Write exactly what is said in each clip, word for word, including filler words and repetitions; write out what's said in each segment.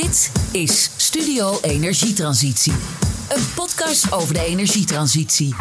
Dit is Studio Energietransitie. Een podcast over de energietransitie.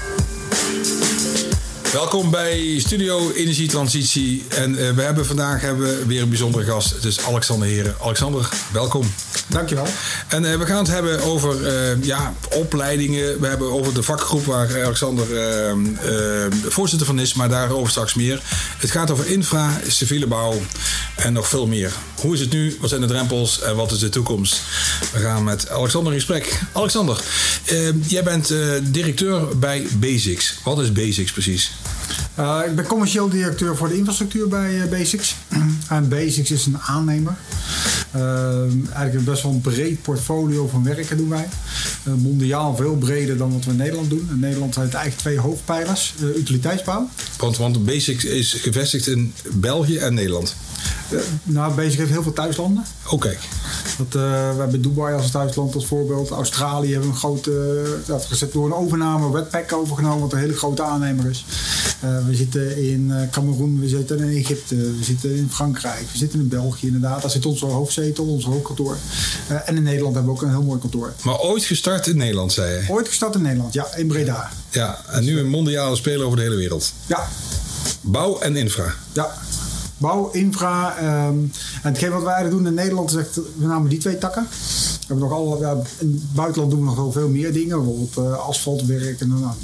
Welkom bij Studio Energietransitie. En uh, we hebben vandaag hebben we weer een bijzondere gast. Het is Alexander Heren. Alexander, welkom. Dankjewel. En uh, we gaan het hebben over uh, ja, opleidingen. We hebben over de vakgroep waar Alexander uh, uh, voorzitter van is. Maar daarover straks meer. Het gaat over infra, civiele bouw en nog veel meer. Hoe is het nu? Wat zijn de drempels? En wat is de toekomst? We gaan met Alexander in gesprek. Alexander, uh, jij bent uh, directeur bij Basics. Wat is Basics precies? Uh, ik ben commercieel directeur voor de infrastructuur bij uh, Basics. En Basics is een aannemer. Uh, eigenlijk een best wel een breed portfolio van werken doen wij. Uh, mondiaal veel breder dan wat we in Nederland doen. In Nederland heeft eigenlijk twee hoofdpijlers. Uh, utiliteitsbouw. Want, want Basics is gevestigd in België en Nederland. Uh, nou, Basics heeft heel veel thuislanden. Oh, kijk. Dat, uh, we hebben Dubai als thuisland als voorbeeld. Australië hebben we een grote, uh, dat gezet door een overname, Wetpack overgenomen, wat een hele grote aannemer is. Uh, we zitten in uh, Cameroen, we zitten in Egypte, we zitten in Frankrijk, we zitten in België inderdaad. Daar zit onze hoofdzetel, ons hoofdkantoor. Uh, en in Nederland hebben we ook een heel mooi kantoor. Maar ooit gestart in Nederland, zei je? Ooit gestart in Nederland, ja, in Breda. Ja, en nu een mondiale speler over de hele wereld. Ja. Bouw en infra. Ja. Bouw, infra. Um, en hetgeen wat wij eigenlijk doen in Nederland is echt met name die twee takken. We hebben nog al, ja, in het buitenland doen we nog wel veel meer dingen. Bijvoorbeeld uh, asfaltwerk. En, uh,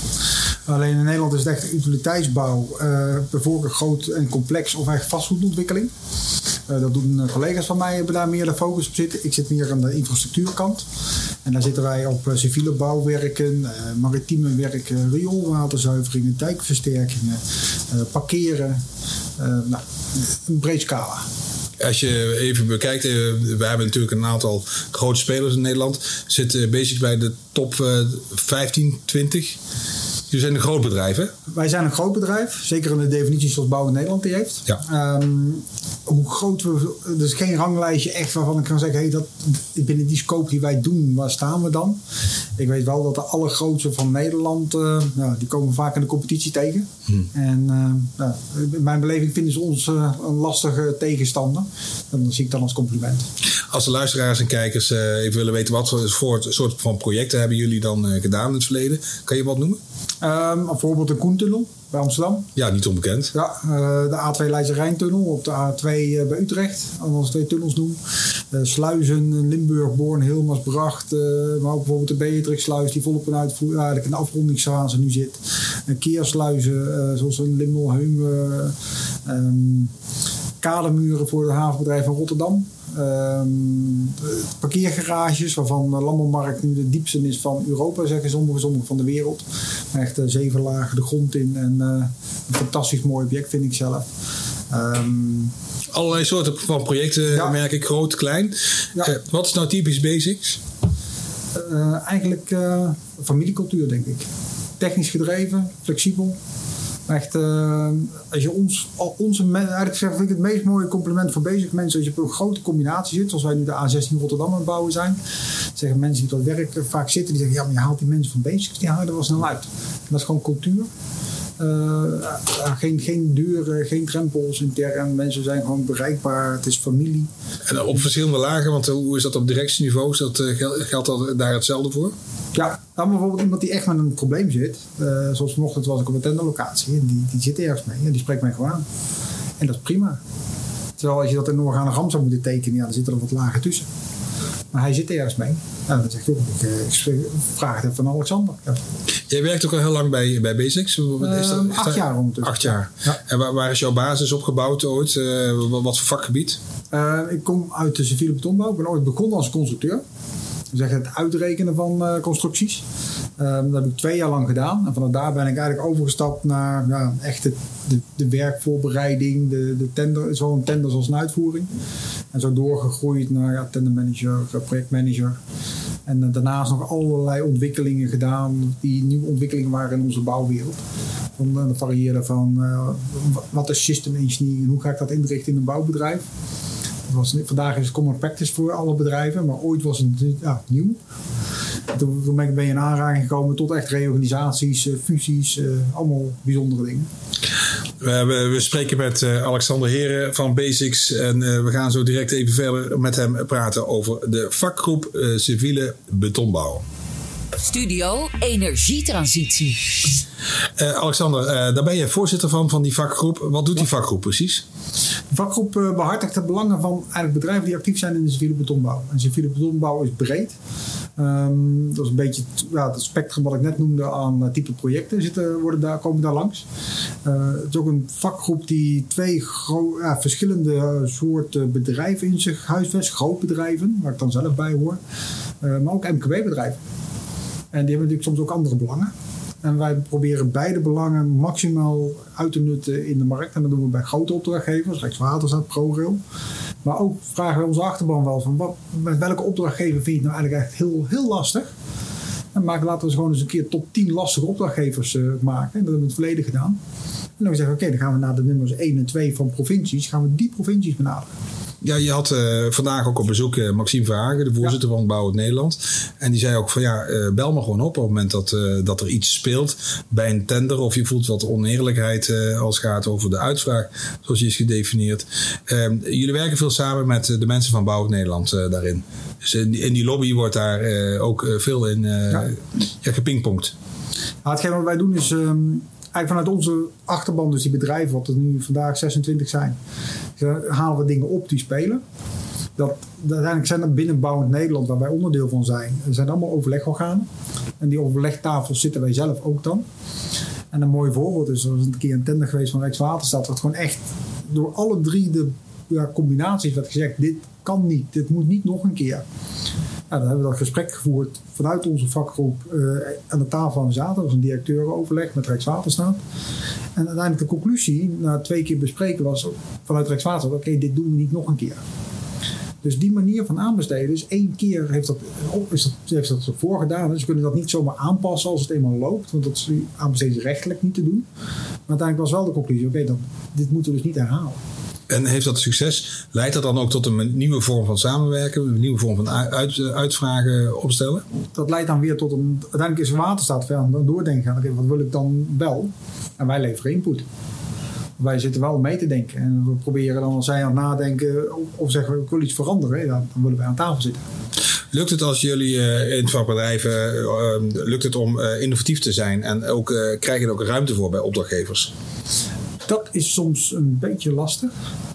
alleen in Nederland is het echt utiliteitsbouw. Uh, bijvoorbeeld groot en complex of echt vastgoedontwikkeling. Uh, dat doen collega's van mij, hebben daar meer de focus op zitten. Ik zit meer aan de infrastructuurkant. En daar zitten wij op uh, civiele bouwwerken, uh, maritieme werken, rioolwaterzuiveringen, dijkversterkingen, uh, parkeren. Uh, nou, een breed scala. Als je even bekijkt, uh, we hebben natuurlijk een aantal grote spelers in Nederland. Zit uh, Basics bij de top uh, vijftien, twintig. Jullie zijn een groot bedrijf, hè? Wij zijn een groot bedrijf. Zeker in de definitie zoals Bouw in Nederland die heeft. Ja. Um, hoe groot we... Er is geen ranglijstje echt waarvan ik kan zeggen... Hey, dat, binnen die scope die wij doen, waar staan we dan? Ik weet wel dat de allergrootste van Nederland... Uh, nou, die komen vaak in de competitie tegen. Hmm. En uh, nou, in mijn beleving vinden ze ons uh, een lastige tegenstander. En dat zie ik dan als compliment. Als de luisteraars en kijkers uh, even willen weten... wat voor soort van projecten hebben jullie dan uh, gedaan in het verleden? Kan je wat noemen? Um, bijvoorbeeld een Koentunnel bij Amsterdam. Ja, niet onbekend. Ja, uh, de A twee Leidse Rijntunnel op de A twee uh, bij Utrecht. Als we twee tunnels doen. Uh, sluizen, Limburg, Born, Hilmersbracht. Uh, maar ook bijvoorbeeld de Beatrixsluis die volop in uitvoer, uh, eigenlijk in de afrondingsfase nu zit. Uh, keersluizen, uh, zoals een Limmelheum. Uh, um, kadermuren voor het havenbedrijf van Rotterdam. Um, parkeergarages waarvan de landbouwmarkt nu de diepste is van Europa, zeggen sommigen, sommigen van de wereld. Echt uh, zeven lagen de grond in en uh, een fantastisch mooi object vind ik zelf. Um, Allerlei soorten van projecten, ja. Merk ik, groot, klein. Ja. Uh, wat is nou typisch Basics? Uh, eigenlijk uh, familiecultuur, denk ik. Technisch gedreven, flexibel. Echt, uh, als je ons, onze, eigenlijk zeg, vind ik het meest mooie compliment voor Basics mensen, als je op een grote combinatie zit, zoals wij nu de A zestien Rotterdam aan het bouwen zijn, zeggen mensen die op dat werk vaak zitten, die zeggen, ja, maar je haalt die mensen van Basics, die halen er wel snel uit. En dat is gewoon cultuur. Uh, uh, geen, geen deuren, geen drempels intern. Mensen zijn gewoon bereikbaar. Het is familie. En op verschillende lagen, want hoe is dat op directieniveau? Is dat, uh, geldt dat daar hetzelfde voor? Ja, dan bijvoorbeeld iemand die echt met een probleem zit. Uh, zoals vanochtend was ik op een tenderlocatie. En die, die zit ergens mee. En die spreekt mij gewoon aan. En dat is prima. Terwijl als je dat in een organogram zou moeten tekenen, ja, dan zitten er wat lagen tussen. Maar hij zit ergens mee. Nou, dan zeg ik ook, ik, ik vraag het even van Alexander. Ja. Jij werkt ook al heel lang bij, bij Basics. Is dat, is uh, dat, acht jaar ondertussen. Acht jaar. Ja. En waar, waar is jouw basis opgebouwd ooit? Uh, wat, wat voor vakgebied? Uh, ik kom uit de civiele betonbouw. Ik ben ooit begonnen als constructeur. We zeggen het uitrekenen van uh, constructies. Uh, dat heb ik twee jaar lang gedaan. En vanaf daar ben ik eigenlijk overgestapt naar ja, echt de, de, de werkvoorbereiding, de, de tender, zowel een tender als een uitvoering. En zo doorgegroeid naar ja, tendermanager, projectmanager. En uh, daarnaast nog allerlei ontwikkelingen gedaan die nieuwe ontwikkelingen waren in onze bouwwereld. Van, uh, dat varieerde van uh, wat is system engineering en hoe ga ik dat inrichten in een bouwbedrijf. Was, vandaag is het common practice voor alle bedrijven, maar ooit was het ja, nieuw. Toen, toen ben ik in aanraking gekomen tot echt reorganisaties, uh, fusies, uh, allemaal bijzondere dingen. Uh, we, we spreken met uh, Alexander Heren van Basics. En uh, we gaan zo direct even verder met hem praten over de vakgroep uh, Civiele Betonbouw. Studio Energietransitie. Uh, Alexander, uh, daar ben je voorzitter van, van die vakgroep. Wat doet die vakgroep precies? De vakgroep uh, behartigt de belangen van eigenlijk bedrijven die actief zijn in de civiele betonbouw. En civiele betonbouw is breed. Um, dat is een beetje ja, het spectrum wat ik net noemde aan uh, type projecten zitten, worden daar, komen daar langs. Uh, het is ook een vakgroep die twee gro- ja, verschillende soorten bedrijven in zich huisvest. Grootbedrijven, waar ik dan zelf bij hoor. Uh, maar ook M K B-bedrijven. En die hebben natuurlijk soms ook andere belangen. En wij proberen beide belangen maximaal uit te nutten in de markt. En dat doen we bij grote opdrachtgevers, Rijkswaterstaat, ProRail. Maar ook vragen we onze achterban wel van wat, met welke opdrachtgever vind je het nou eigenlijk echt heel, heel lastig? En maken, laten we eens gewoon eens een keer top tien lastige opdrachtgevers uh, maken. En dat hebben we in het verleden gedaan. En dan zeggen we, oké, okay, dan gaan we naar de nummers één en twee van provincies. Gaan we die provincies benaderen. Ja, je had uh, vandaag ook op bezoek uh, Maxime Verhagen, de voorzitter ja. van Bouwend Nederland. En die zei ook van ja, uh, bel me gewoon op op het moment dat, uh, dat er iets speelt bij een tender. Of je voelt wat oneerlijkheid uh, als het gaat over de uitvraag, zoals die is gedefinieerd. Uh, jullie werken veel samen met uh, de mensen van Bouwend Nederland uh, daarin. Dus in die, in die lobby wordt daar uh, ook uh, veel in uh, ja. Ja, gepingpongd. Nou, hetgeen wat wij doen is Um eigenlijk vanuit onze achterban, dus die bedrijven, wat er nu vandaag zesentwintig zijn, halen we dingen op die spelen. Dat, uiteindelijk zijn er binnen Bouwend Nederland, waar wij onderdeel van zijn, er zijn allemaal overlegorganen. En die overlegtafels zitten wij zelf ook dan. En een mooi voorbeeld is, er was een keer een tender geweest van Rijkswaterstaat, wat gewoon echt door alle drie de ja, combinaties werd gezegd, dit kan niet, dit moet niet nog een keer. Ja, dan hebben we dat gesprek gevoerd vanuit onze vakgroep uh, aan de tafel aan zaten. Dat was een directeurenoverleg met Rijkswaterstaat. En uiteindelijk de conclusie, na twee keer bespreken, was vanuit Rijkswaterstaat, oké, okay, dit doen we niet nog een keer. Dus die manier van aanbesteden, dus één keer heeft dat, is dat, heeft dat ervoor gedaan. Dus we kunnen dat niet zomaar aanpassen als het eenmaal loopt. Want dat is aanbestedingsrechtelijk niet te doen. Maar uiteindelijk was wel de conclusie, oké, okay, dit moeten we dus niet herhalen. En heeft dat succes? Leidt dat dan ook tot een nieuwe vorm van samenwerken? Een nieuwe vorm van uit, uitvragen opstellen? Dat leidt dan weer tot een... Uiteindelijk is de Waterstaat ver aan het doordenken gaan. Okay, wat wil ik dan wel? En wij leveren input. Wij zitten wel mee te denken. En we proberen dan als zij aan het nadenken of zeggen we ik wil iets veranderen. Ja, dan willen wij aan tafel zitten. Lukt het als jullie uh, in vakbedrijven, uh, lukt het om uh, innovatief te zijn? En ook, uh, krijg je er ook ruimte voor bij opdrachtgevers? Dat is soms een beetje lastig.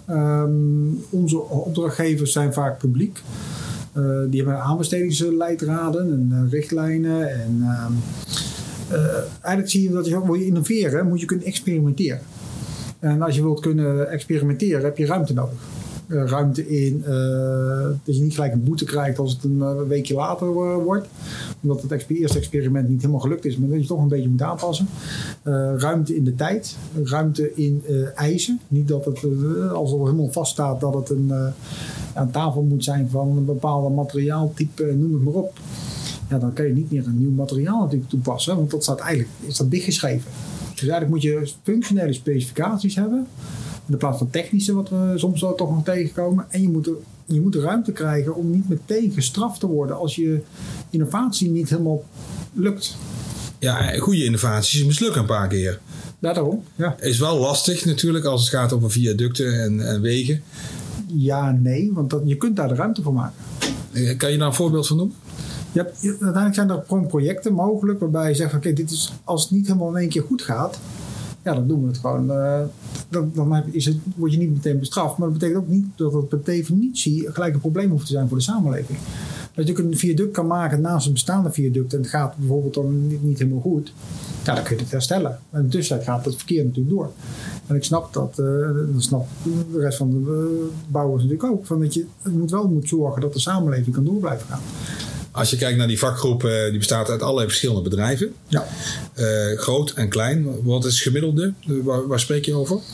Um, onze opdrachtgevers zijn vaak publiek. Uh, die hebben aanbestedingsleidraden en uh, richtlijnen. En, uh, uh, eigenlijk zie je dat je, wil je innoveren, moet je kunnen experimenteren. En als je wilt kunnen experimenteren, heb je ruimte nodig. Uh, ruimte in uh, dat je niet gelijk een boete krijgt als het een uh, weekje later uh, wordt. Omdat het exper- eerste experiment niet helemaal gelukt is, maar dat je toch een beetje moet aanpassen. Uh, ruimte in de tijd. Ruimte in uh, eisen. Niet dat het, uh, als het al helemaal vaststaat, dat het een, uh, aan tafel moet zijn van een bepaalde materiaaltype, noem het maar op. Ja, dan kan je niet meer een nieuw materiaal natuurlijk toepassen, want dat staat eigenlijk is dat dichtgeschreven. Dus eigenlijk moet je functionele specificaties hebben. In plaats van technische, wat we soms wel toch nog tegenkomen. En je moet, er, je moet de ruimte krijgen om niet meteen gestraft te worden als je innovatie niet helemaal lukt. Ja, goede innovaties mislukken een paar keer. Ja, daarom. Ja. Is wel lastig natuurlijk als het gaat over viaducten en, en wegen. Ja, nee, want dat, je kunt daar de ruimte voor maken. Kan je daar een voorbeeld van noemen? Ja, uiteindelijk zijn er gewoon projecten mogelijk waarbij je zegt, oké, dit is als het niet helemaal in één keer goed gaat. Ja, dan doen we het gewoon. Uh, dan dan is het, word je niet meteen bestraft. Maar dat betekent ook niet dat het per definitie gelijk een probleem hoeft te zijn voor de samenleving. Als je een viaduct kan maken naast een bestaande viaduct en het gaat bijvoorbeeld dan niet, niet helemaal goed, ja, dan kun je het herstellen. En in de tussentijd gaat het verkeer natuurlijk door. En ik snap dat, uh, dat snap de rest van de uh, bouwers natuurlijk ook. Van dat je, je moet wel moet zorgen dat de samenleving kan door blijven gaan. Als je kijkt naar die vakgroep, die bestaat uit allerlei verschillende bedrijven. Ja. Uh, groot en klein. Wat is het gemiddelde? Waar, waar spreek je over?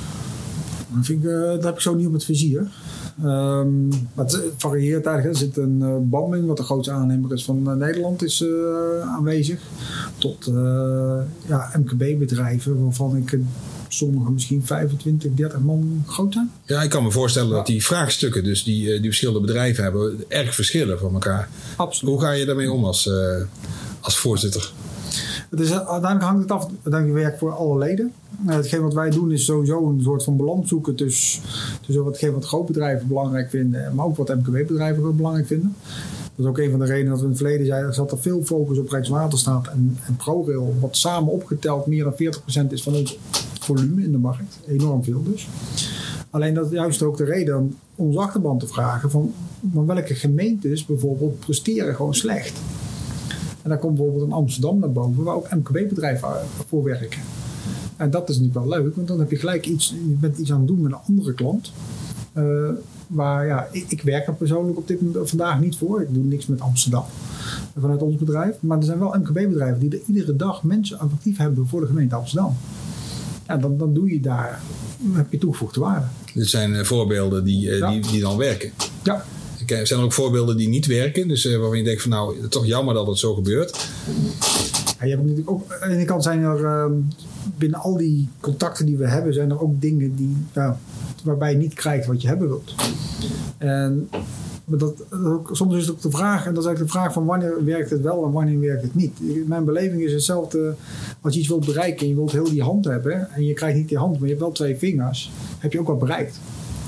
Dat, vind ik, uh, dat heb ik zo niet op het vizier. Um, het varieert eigenlijk. Er zit een uh, B A M in, wat de grootste aannemer is van uh, Nederland, is uh, aanwezig. Tot uh, ja, M K B-bedrijven, waarvan ik sommige misschien vijfentwintig, dertig man groot zijn. Ja, ik kan me voorstellen ja. dat die vraagstukken, dus die, die verschillende bedrijven hebben, erg verschillen van elkaar. Absoluut. Hoe ga je daarmee om als, uh, als voorzitter? Het is, uiteindelijk hangt het af. Uiteindelijk werk voor alle leden. Uh, hetgeen wat wij doen is sowieso een soort van balans zoeken tussen, tussen hetgeen wat grootbedrijven belangrijk vinden, maar ook wat M K B-bedrijven ook belangrijk vinden. Dat is ook een van de redenen dat we in het verleden zeiden, er zat er veel focus op Rijkswaterstaat en, en ProRail, wat samen opgeteld meer dan veertig procent is van ons volume in de markt. Enorm veel dus. Alleen dat is juist ook de reden om onze achterban te vragen van, van welke gemeentes bijvoorbeeld presteren gewoon slecht. En daar komt bijvoorbeeld een Amsterdam naar boven waar ook M K B-bedrijven voor werken. En dat is natuurlijk wel leuk, want dan heb je gelijk iets, je bent iets aan het doen met een andere klant. Uh, waar, ja, ik, ik werk er persoonlijk op dit moment vandaag niet voor. Ik doe niks met Amsterdam vanuit ons bedrijf. Maar er zijn wel M K B-bedrijven die er iedere dag mensen actief hebben voor de gemeente Amsterdam. Ja, dan, dan doe je daar, dan heb je toegevoegde waarde. Dit zijn uh, voorbeelden die, uh, ja. die, die dan werken. Ja. Er zijn er ook voorbeelden die niet werken. Dus uh, waarvan je denkt van nou, toch jammer dat het zo gebeurt. Ja, je hebt natuurlijk ook, aan de ene kant zijn er uh, binnen al die contacten die we hebben, zijn er ook dingen die, uh, waarbij je niet krijgt wat je hebben wilt. En dat, dat, soms is het ook de vraag, en dat is eigenlijk de vraag van wanneer werkt het wel en wanneer werkt het niet. In mijn beleving is hetzelfde als je iets wilt bereiken en je wilt heel die hand hebben en je krijgt niet die hand, maar je hebt wel twee vingers, heb je ook wat bereikt.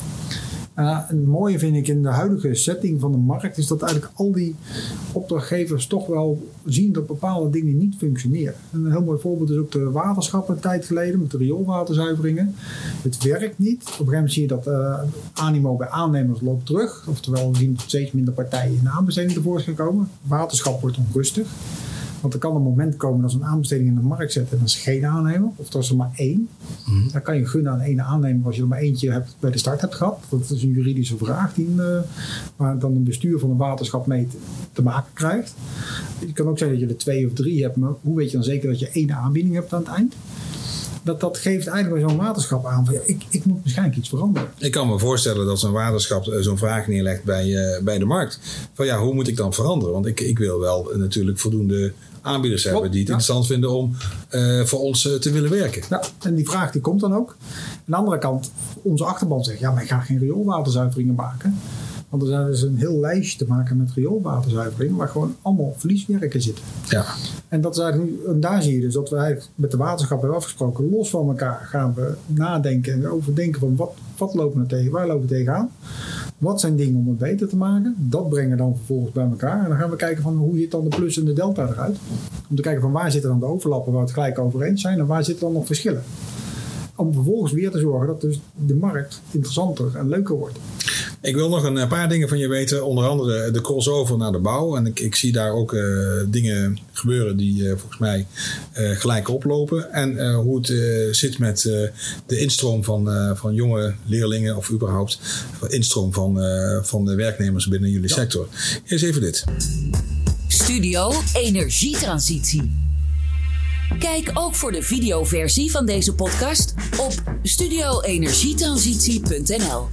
Uh, het mooie vind ik in de huidige setting van de markt is dat eigenlijk al die opdrachtgevers toch wel zien dat bepaalde dingen niet functioneren. En een heel mooi voorbeeld is ook de waterschappen een tijd geleden met de rioolwaterzuiveringen. Het werkt niet. Op een gegeven moment zie je dat uh, animo bij aannemers loopt terug. Oftewel we zien dat steeds minder partijen in de aanbesteding tevoorschijn komen. Waterschap wordt onrustig. Want er kan een moment komen dat ze een aanbesteding in de markt zetten en dat is geen aannemer. Of dat is er maar één. Mm-hmm. Dan kan je gunnen aan één aannemer als je er maar eentje hebt, bij de start hebt gehad. Dat is een juridische vraag die uh, waar dan een bestuur van een waterschap mee te, te maken krijgt. Het kan ook zijn dat je er twee of drie hebt, maar hoe weet je dan zeker dat je één aanbieding hebt aan het eind? Dat, dat geeft eigenlijk bij zo'n waterschap aan van ja, ik, ik moet waarschijnlijk iets veranderen. Ik kan me voorstellen dat zo'n waterschap zo'n vraag neerlegt bij, uh, bij de markt. Van ja, hoe moet ik dan veranderen? Want ik, ik wil wel natuurlijk voldoende aanbieders hebben die het ja. interessant vinden om uh, voor ons uh, te willen werken. Ja, en die vraag die komt dan ook. Aan de andere kant, onze achterban zegt ja, maar ik ga geen rioolwaterzuiveringen maken. Want er zijn dus een heel lijstje te maken met rioolwaterzuiveringen waar gewoon allemaal verlieswerken zitten. Ja. En, dat is eigenlijk, en daar zie je dus dat we eigenlijk met de waterschap hebben afgesproken, los van elkaar gaan we nadenken en overdenken van wat, wat lopen we tegen, waar lopen we tegenaan? Wat zijn dingen om het beter te maken? Dat brengen we dan vervolgens bij elkaar. En dan gaan we kijken van hoe ziet dan de plus en de delta eruit. Om te kijken van waar zitten dan de overlappen waar we het gelijk over eens zijn en waar zitten dan nog verschillen. Om vervolgens weer te zorgen dat dus de markt interessanter en leuker wordt. Ik wil nog een paar dingen van je weten. Onder andere de crossover naar de bouw. En ik, ik zie daar ook uh, dingen gebeuren die uh, volgens mij uh, gelijk oplopen. En uh, hoe het uh, zit met uh, de instroom van, uh, van jonge leerlingen. Of überhaupt instroom van, uh, van de werknemers binnen jullie ja. sector. Eerst even dit. Studio Energietransitie. Kijk ook voor de videoversie van deze podcast op studio energietransitie punt n l.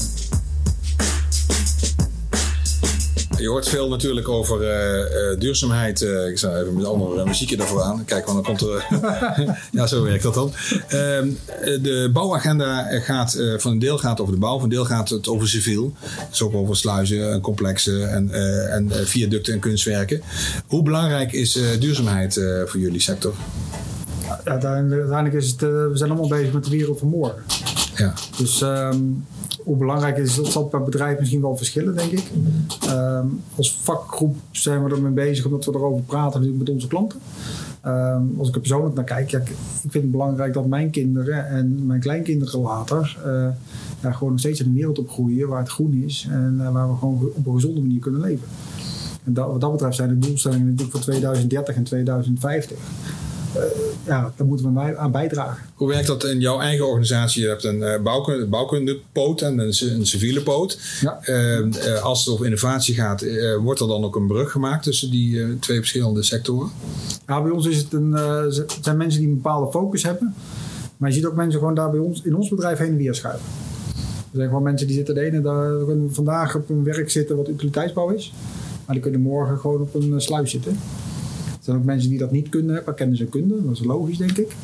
Je hoort veel natuurlijk over uh, uh, duurzaamheid. Uh, ik zal even met andere muziekje daarvoor aan. Kijk, want dan komt er... ja, zo werkt dat dan. Uh, de bouwagenda gaat, uh, van een deel gaat over de bouw. Van een deel gaat het over civiel. Dus ook over sluizen en complexen en, uh, en uh, viaducten en kunstwerken. Hoe belangrijk is uh, duurzaamheid uh, voor jullie sector? Ja, uiteindelijk is het... Uh, we zijn allemaal bezig met de wereld van morgen. Ja. Dus... Um, Hoe belangrijk het is, dat zal per bedrijf misschien wel verschillen, denk ik. Um, als vakgroep zijn we ermee bezig omdat we erover praten met onze klanten. Um, als ik er persoonlijk naar kijk, ja, ik vind het belangrijk dat mijn kinderen en mijn kleinkinderen later uh, ja, gewoon nog steeds in een wereld opgroeien waar het groen is en uh, waar we gewoon op een gezonde manier kunnen leven. En dat, wat dat betreft zijn de doelstellingen natuurlijk voor tweeduizend dertig en tweeduizend vijftig. Uh, ja, daar moeten we aan bijdragen. Hoe werkt dat in jouw eigen organisatie? Je hebt een uh, bouwkunde, bouwkundepoot en een, een civiele poot. Ja. Uh, uh, als het over innovatie gaat, uh, wordt er dan ook een brug gemaakt tussen die uh, twee verschillende sectoren? Ja, bij ons is het een, uh, het zijn mensen die een bepaalde focus hebben. Maar je ziet ook mensen gewoon daar bij ons in ons bedrijf heen en weer schuiven. Er zijn gewoon mensen die zitten de ene daar kunnen vandaag op een werk zitten wat utiliteitsbouw is. Maar die kunnen morgen gewoon op een sluis zitten. Er zijn ook mensen die dat niet kunnen hebben, kennis en kunde. Dat is logisch, denk ik.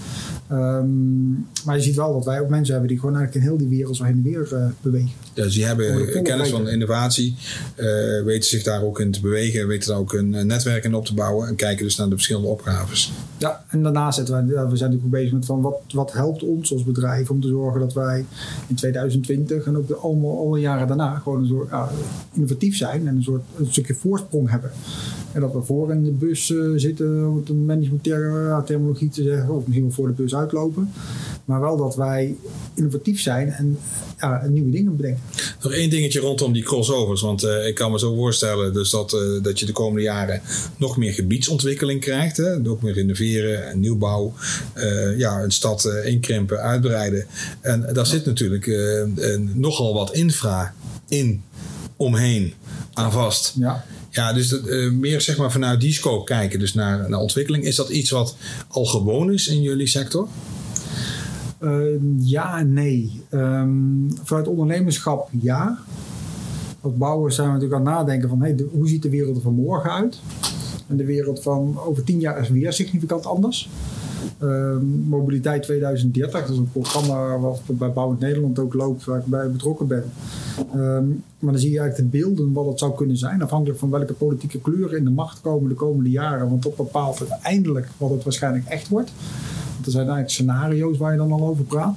Um, maar je ziet wel dat wij ook mensen hebben die gewoon eigenlijk in heel die wereld zo heen en weer uh, bewegen. Ja, dus die hebben kennis van innovatie, uh, weten zich daar ook in te bewegen, weten daar ook een netwerk in op te bouwen en kijken dus naar de verschillende opgaves. Ja, en daarnaast zitten wij, ja, we zijn natuurlijk bezig met van wat, wat helpt ons als bedrijf om te zorgen dat wij in twintig twintig en ook de, allemaal alle jaren daarna gewoon een soort ja, innovatief zijn en een soort een stukje voorsprong hebben. En dat we voor in de bus uh, zitten, om de managementterminologie te zeggen, of misschien wel voor de bus uitlopen. Maar wel dat wij innovatief zijn en ja, nieuwe dingen bedenken. Nog één dingetje rondom die crossovers. Want uh, ik kan me zo voorstellen dus dat, uh, dat je de komende jaren nog meer gebiedsontwikkeling krijgt. Hè? Ook meer renoveren en nieuwbouw. Uh, ja, een stad uh, inkrimpen, uitbreiden. En daar zit natuurlijk uh, uh, nogal wat infra in, omheen, aan vast. Ja. Ja, dus dat, uh, meer zeg maar vanuit die scope kijken, dus naar, naar ontwikkeling. Is dat iets wat al gewoon is in jullie sector? Uh, ja en nee. Um, vanuit ondernemerschap ja. Als bouwers zijn we natuurlijk aan het nadenken van hey, de, hoe ziet de wereld er van morgen uit? En de wereld van over tien jaar is weer significant anders. Um, Mobiliteit tweeduizend dertig, dat is een programma wat bij Bouwend Nederland ook loopt, waar ik bij betrokken ben. Um, maar dan zie je eigenlijk de beelden wat het zou kunnen zijn, afhankelijk van welke politieke kleuren in de macht komen de komende jaren. Want dat bepaalt uiteindelijk wat het waarschijnlijk echt wordt. Want er zijn eigenlijk scenario's waar je dan al over praat.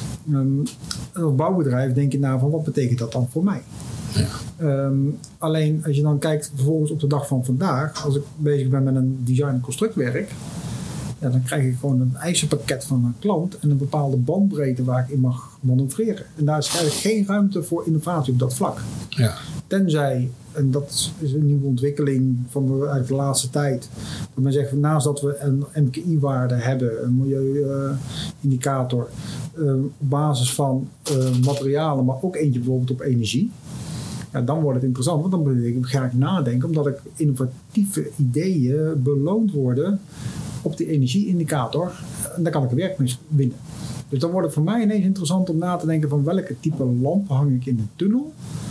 Um, als bouwbedrijf denk je na van wat betekent dat dan voor mij? Ja. Um, alleen als je dan kijkt vervolgens op de dag van vandaag, als ik bezig ben met een design- en constructwerk, ja, dan krijg ik gewoon een eisenpakket van een klant en een bepaalde bandbreedte waar ik in mag manoeuvreren. En daar is eigenlijk geen ruimte voor innovatie op dat vlak. Ja. Tenzij, en dat is een nieuwe ontwikkeling van de, uit de laatste tijd, dat men zegt, naast dat we een M K I-waarde hebben, een milieu-indicator, uh, uh, op basis van uh, materialen, maar ook eentje bijvoorbeeld op energie. Ja, dan wordt het interessant, want dan ga ik nadenken, omdat ik innovatieve ideeën beloond worden op die energie-indicator. En daar kan ik een werk mee winnen. Dus dan wordt het voor mij ineens interessant om na te denken van welke type lamp hang ik in de tunnel.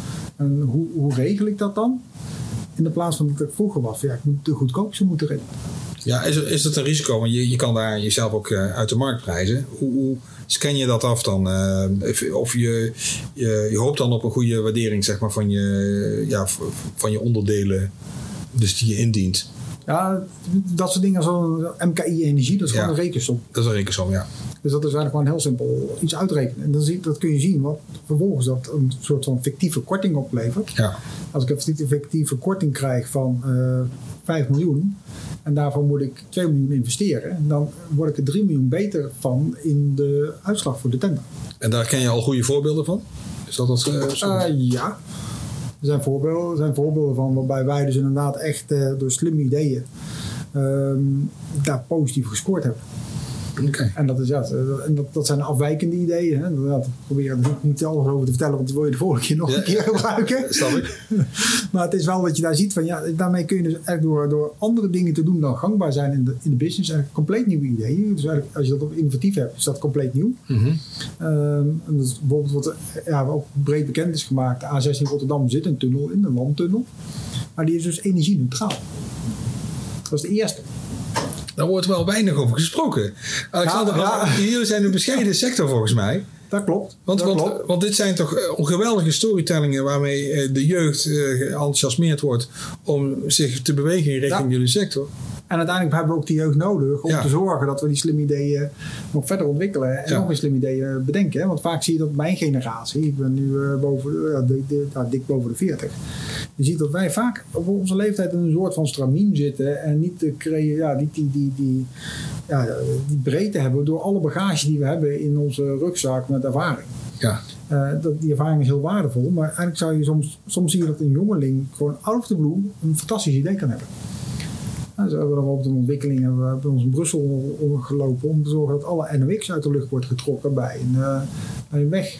En hoe, hoe regel ik dat dan? In de plaats van dat ik vroeger was, ja, ik moet de goedkoopste moeten erin. Ja, is, is dat een risico? Want je, je kan daar jezelf ook uh, uit de markt prijzen. Hoe, hoe scan je dat af dan? Uh, of je, je, je hoopt dan op een goede waardering zeg maar, van, je, ja, van je onderdelen dus die je indient? Ja, dat soort dingen zoals M K I-energie, dat is gewoon ja, een rekensom. Dat is een rekensom, ja. Dus dat is eigenlijk gewoon heel simpel iets uitrekenen. En dan zie, dat kun je zien wat vervolgens dat een soort van fictieve korting oplevert. Ja. Als ik een fictieve korting krijg van uh, vijf miljoen en daarvan moet ik twee miljoen investeren, dan word ik er drie miljoen beter van in de uitslag voor de tender. En daar ken je al goede voorbeelden van? Is dat dat? Uh, uh, ja. Er zijn voorbeelden, er zijn voorbeelden van waarbij wij dus inderdaad echt uh, door slimme ideeën um, daar positief gescoord hebben. Okay. En, dat, is, ja, en dat, dat zijn afwijkende ideeën. Hè. Dat, dat probeer ik niet, niet alles over te vertellen, want dat wil je de volgende keer nog ja, een keer gebruiken. Snap ik. Maar het is wel dat je daar ziet van ja, daarmee kun je dus echt door, door andere dingen te doen dan gangbaar zijn in de, in de business, eigenlijk compleet nieuwe ideeën. Dus eigenlijk, als je dat op innovatief hebt, is dat compleet nieuw. Mm-hmm. Um, en dat is bijvoorbeeld wat ja, ook breed bekend is gemaakt. De A zes in Rotterdam zit een tunnel in, een landtunnel. Maar die is dus energie-neutraal. Dat is de eerste. Daar wordt wel weinig over gesproken. Alexander, ja, ja. Jullie zijn een bescheiden sector volgens mij. Dat klopt. Want, dat want, klopt. want dit zijn toch geweldige storytellingen waarmee de jeugd geenthousiasmeerd wordt om zich te bewegen in richting ja. jullie sector. En uiteindelijk hebben we ook die jeugd nodig om ja. te zorgen dat we die slimme ideeën nog verder ontwikkelen en ja. nog meer slimme ideeën bedenken. Hè? Want vaak zie je dat mijn generatie, ik ben nu uh, boven, uh, de, de, uh, dik boven de veertig, je ziet dat wij vaak op onze leeftijd in een soort van stramien zitten en niet de crea- ja, niet die, die, die, ja, die breedte hebben door alle bagage die we hebben in onze rugzak met ervaring. Ja. Uh, dat, die ervaring is heel waardevol, maar eigenlijk zou je soms, soms zie je dat een jongeling gewoon out of the blue een fantastisch idee kan hebben. Nou, zo hebben we dan op de ontwikkeling hebben we bij ons in Brussel gelopen om te zorgen dat alle N O X uit de lucht wordt getrokken bij een, uh, bij een weg.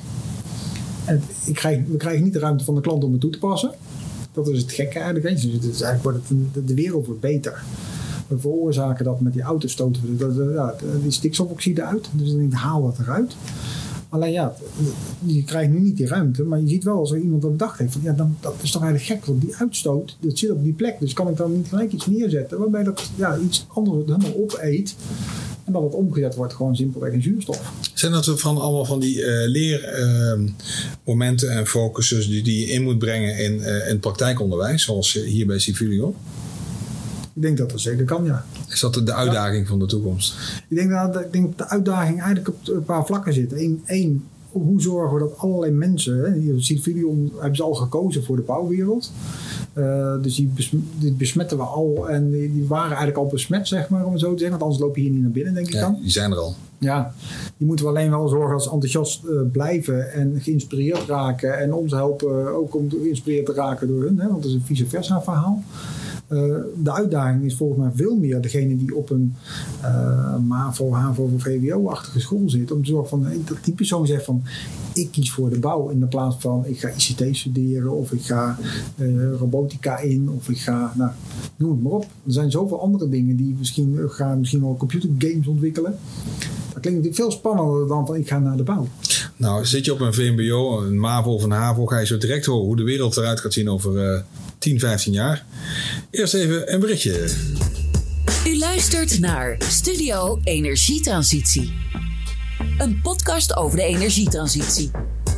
En ik krijg, we krijgen niet de ruimte van de klant om het toe te passen. Dat is het gekke eigenlijk. Dus het is eigenlijk wordt het, de, de wereld wordt beter. We veroorzaken dat met die auto's stoten we dat, ja, die stikstofoxide uit. Dus dan denk ik, haal dat eruit. Alleen ja, je krijgt nu niet die ruimte. Maar je ziet wel als er iemand dat bedacht heeft. Van, ja, dan, dat is toch eigenlijk gek. Want die uitstoot, dat zit op die plek. Dus kan ik dan niet gelijk iets neerzetten. Waarbij dat ja, iets anders het helemaal opeet. En dat het omgezet wordt gewoon simpelweg in zuurstof. Zijn dat van allemaal van die uh, leermomenten uh, en focussen die, die je in moet brengen in, uh, in het praktijkonderwijs? Zoals hier bij Civilion? Ik denk dat dat zeker kan, ja. Is dat de uitdaging ja. van de toekomst? Ik denk dat, ik denk dat de uitdaging eigenlijk op een paar vlakken zit. Eén, één hoe zorgen we dat allerlei mensen... Hè, hier Civilion hebben ze al gekozen voor de bouwwereld. Uh, dus die, besm- die besmetten we al. En die, die waren eigenlijk al besmet, zeg maar, om het zo te zeggen. Want anders loop je hier niet naar binnen, denk ik ja, dan. Die zijn er al. Ja, die moeten we alleen wel zorgen dat ze enthousiast uh, blijven en geïnspireerd raken. En ons helpen ook om geïnspireerd te raken door hun. Hè, want dat is een vice versa verhaal. Uh, de uitdaging is volgens mij veel meer degene die op een uh, MAVO, HAVO of V W O-achtige school zit. Om te zorgen van, hey, dat die persoon zegt van, ik kies voor de bouw in de plaats van ik ga I C T studeren of ik ga uh, robotica in of ik ga, nou, noem het maar op. Er zijn zoveel andere dingen die misschien gaan misschien wel computergames ontwikkelen. Dat klinkt natuurlijk veel spannender dan van ik ga naar de bouw. Nou, zit je op een V M B O, een MAVO of een HAVO, ga je zo direct horen hoe de wereld eruit gaat zien over uh, tien, vijftien jaar. Eerst even een berichtje. U luistert naar Studio Energietransitie. Een podcast over de energietransitie.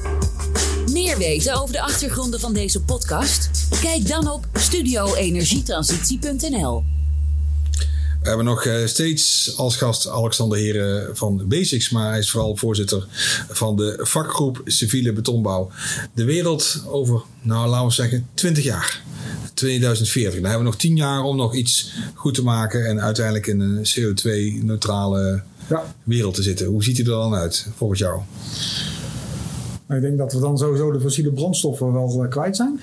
Meer weten over de achtergronden van deze podcast? Kijk dan op studio energietransitie punt n l. We hebben nog steeds als gast Alexander Heren van Basics, maar hij is vooral voorzitter van de vakgroep Civiele Betonbouw. De wereld over, nou laten we zeggen, twintig jaar. tweeduizend veertig. Dan hebben we nog tien jaar om nog iets goed te maken en uiteindelijk in een C O twee neutrale ja. wereld te zitten. Hoe ziet hij er dan uit volgens jou? Ik denk dat we dan sowieso de fossiele brandstoffen wel kwijt zijn.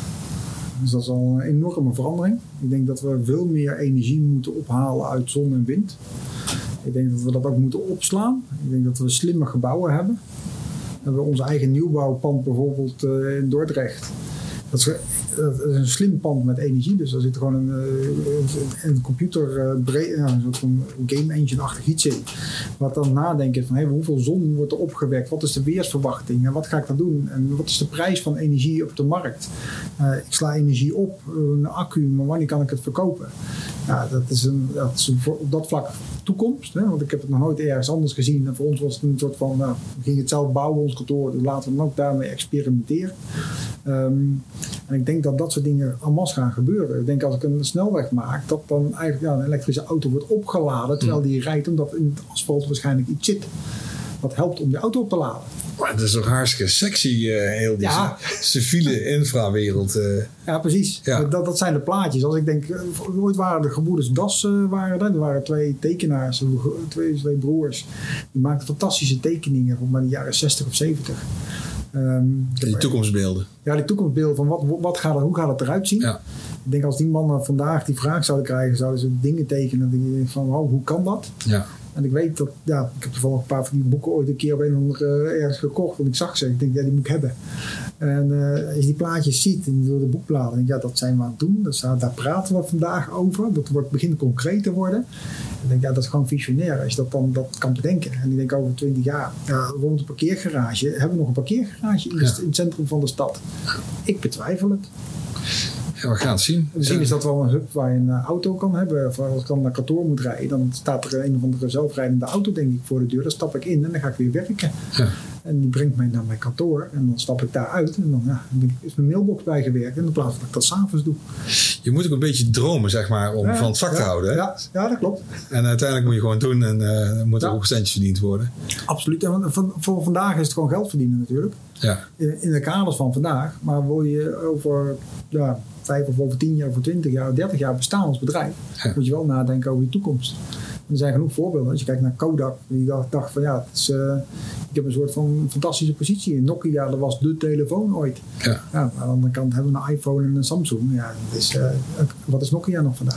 Dus dat is al een enorme verandering. Ik denk dat we veel meer energie moeten ophalen uit zon en wind. Ik denk dat we dat ook moeten opslaan. Ik denk dat we slimme gebouwen hebben. We hebben onze eigen nieuwbouwpand bijvoorbeeld in Dordrecht. Dat is, dat is een slim pand met energie. Dus daar zit gewoon een, een computer, een soort van game engine-achtig iets in. Wat dan nadenken van hey, hoeveel zon wordt er opgewekt? Wat is de weersverwachting? En wat ga ik dan doen? En wat is de prijs van energie op de markt? Uh, ik sla energie op, een accu, maar wanneer kan ik het verkopen? Ja, dat is, een, dat is een, op dat vlak toekomst. Hè? Want ik heb het nog nooit ergens anders gezien. En voor ons was het een soort van, nou, we gingen het zelf bouwen, ons kantoor. Dus laten we dan ook daarmee experimenteren. Um, en ik denk dat dat soort dingen en masse gaan gebeuren. Ik denk als ik een snelweg maak, dat dan eigenlijk ja, een elektrische auto wordt opgeladen terwijl die rijdt, omdat in het asfalt waarschijnlijk iets zit. Wat helpt om die auto op te laden. Maar dat is toch hartstikke sexy, uh, heel die ja. civiele infrawereld. Uh. Ja, precies. Ja. Dat, dat zijn de plaatjes. Als ik denk, ooit waren de gebroeders Das uh, waren er. Er waren twee tekenaars, twee, twee broers. Die maakten fantastische tekeningen van de jaren zestig of zeventig. Um, die toekomstbeelden. Ja, die toekomstbeelden van wat, wat gaat er, hoe gaat het eruit zien? Ja. Ik denk als die mannen vandaag die vraag zouden krijgen, zouden ze dingen tekenen die van oh, hoe kan dat? Ja. En ik weet dat, ja, ik heb toevallig een paar van die boeken ooit een keer op een of andere uh, ergens gekocht. Want ik zag ze. Ik denk, ja, die moet ik hebben. En uh, als je die plaatjes ziet en door de boekbladen, denk ik, ja, dat zijn we aan het doen. Dat staat, daar praten we vandaag over. Dat wordt, begint concreet te worden. En ik denk, ja, dat is gewoon visionair. Als je dat dan dat kan bedenken. En ik denk over twintig jaar, ja, bijvoorbeeld een parkeergarage. Hebben we nog een parkeergarage in, ja. in het centrum van de stad? Ik betwijfel het. Ja, we gaan het zien. Misschien is dat wel een hub waar je een auto kan hebben. Of als ik dan naar kantoor moet rijden, dan staat er een of andere zelfrijdende auto denk ik voor de deur. Dan stap ik in en dan ga ik weer werken. Ja. En die brengt mij naar mijn kantoor. En dan stap ik daar uit. En dan ja, is mijn mailbox bijgewerkt. En in plaats van dat ik dat s'avonds doe. Je moet ook een beetje dromen, zeg maar, om ja, van het vak ja, te houden. Hè? Ja, ja, dat klopt. En uiteindelijk moet je gewoon doen. En uh, dan moet er ja. ook centjes verdiend worden. Absoluut. En van, voor vandaag is het gewoon geld verdienen natuurlijk. Ja. In, in de kaders van vandaag. Maar wil je over ja, vijf of over tien jaar, over twintig jaar, dertig jaar bestaan als bedrijf. Ja. Moet je wel nadenken over je toekomst. Er zijn genoeg voorbeelden. Als je kijkt naar Kodak, die dacht van ja, het is, uh, ik heb een soort van fantastische positie. Nokia, dat was de telefoon ooit. Ja. Ja, aan de andere kant hebben we een iPhone en een Samsung. Ja, dat is, uh, wat is Nokia nog vandaag?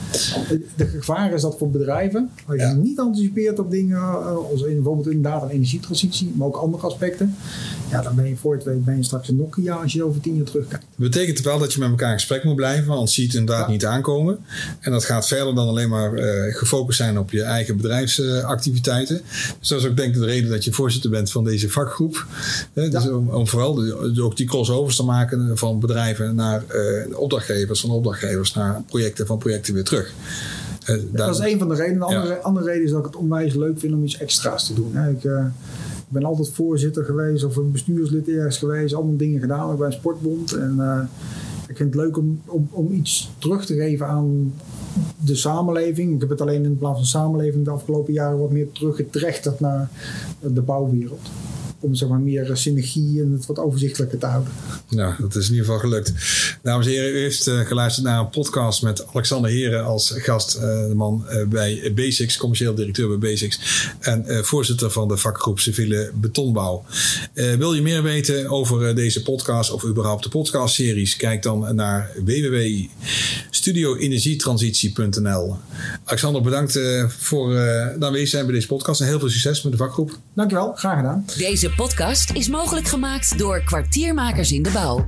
De gevaar is dat voor bedrijven, als je ja. niet anticipeert op dingen, als in, bijvoorbeeld inderdaad een energietransitie, maar ook andere aspecten, ja, dan ben je voor het weet ben je straks een Nokia als je over tien jaar terugkijkt. Dat betekent wel dat je met elkaar in gesprek moet blijven, want zie je het inderdaad ja. niet aankomen. En dat gaat verder dan alleen maar uh, gefocust zijn op je eigen bedrijfsactiviteiten. Dus dat is ook denk ik de reden dat je voorzitter bent van deze vakgroep. Hè? Ja. Dus om, om vooral de, ook die crossovers te maken van bedrijven naar uh, opdrachtgevers, van opdrachtgevers naar projecten, van projecten weer terug. Uh, daar... Dat is een van de redenen. De andere, ja. andere reden is dat ik het onwijs leuk vind om iets extra's te doen. Hè? Ik uh, ben altijd voorzitter geweest of een bestuurslid ergens geweest. Allemaal dingen gedaan bij een sportbond. En uh, ik vind het leuk om, om, om iets terug te geven aan de samenleving. Ik heb het alleen in plaats van samenleving de afgelopen jaren wat meer teruggetrechterd naar de bouwwereld. Om zeg maar meer synergie en het wat overzichtelijker te houden. Ja, dat is in ieder geval gelukt. Dames en heren, u heeft uh, geluisterd naar een podcast met Alexander Heren als gast. Uh, de man uh, bij Basics, commercieel directeur bij Basics. En uh, voorzitter van de vakgroep Civiele Betonbouw. Uh, wil je meer weten over uh, deze podcast of überhaupt de podcastseries? Kijk dan naar w w w punt studio energietransitie punt n l. Alexander, bedankt uh, voor uh, de aanwezig zijn bij deze podcast. En heel veel succes met de vakgroep. Dankjewel, graag gedaan. Deze podcast is mogelijk gemaakt door Kwartiermakers in de Bouw.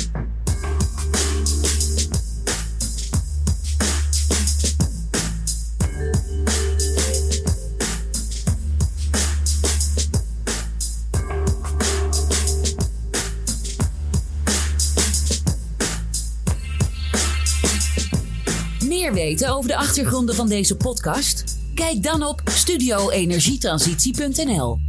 Meer weten over de achtergronden van deze podcast? Kijk dan op studio energietransitie punt n l.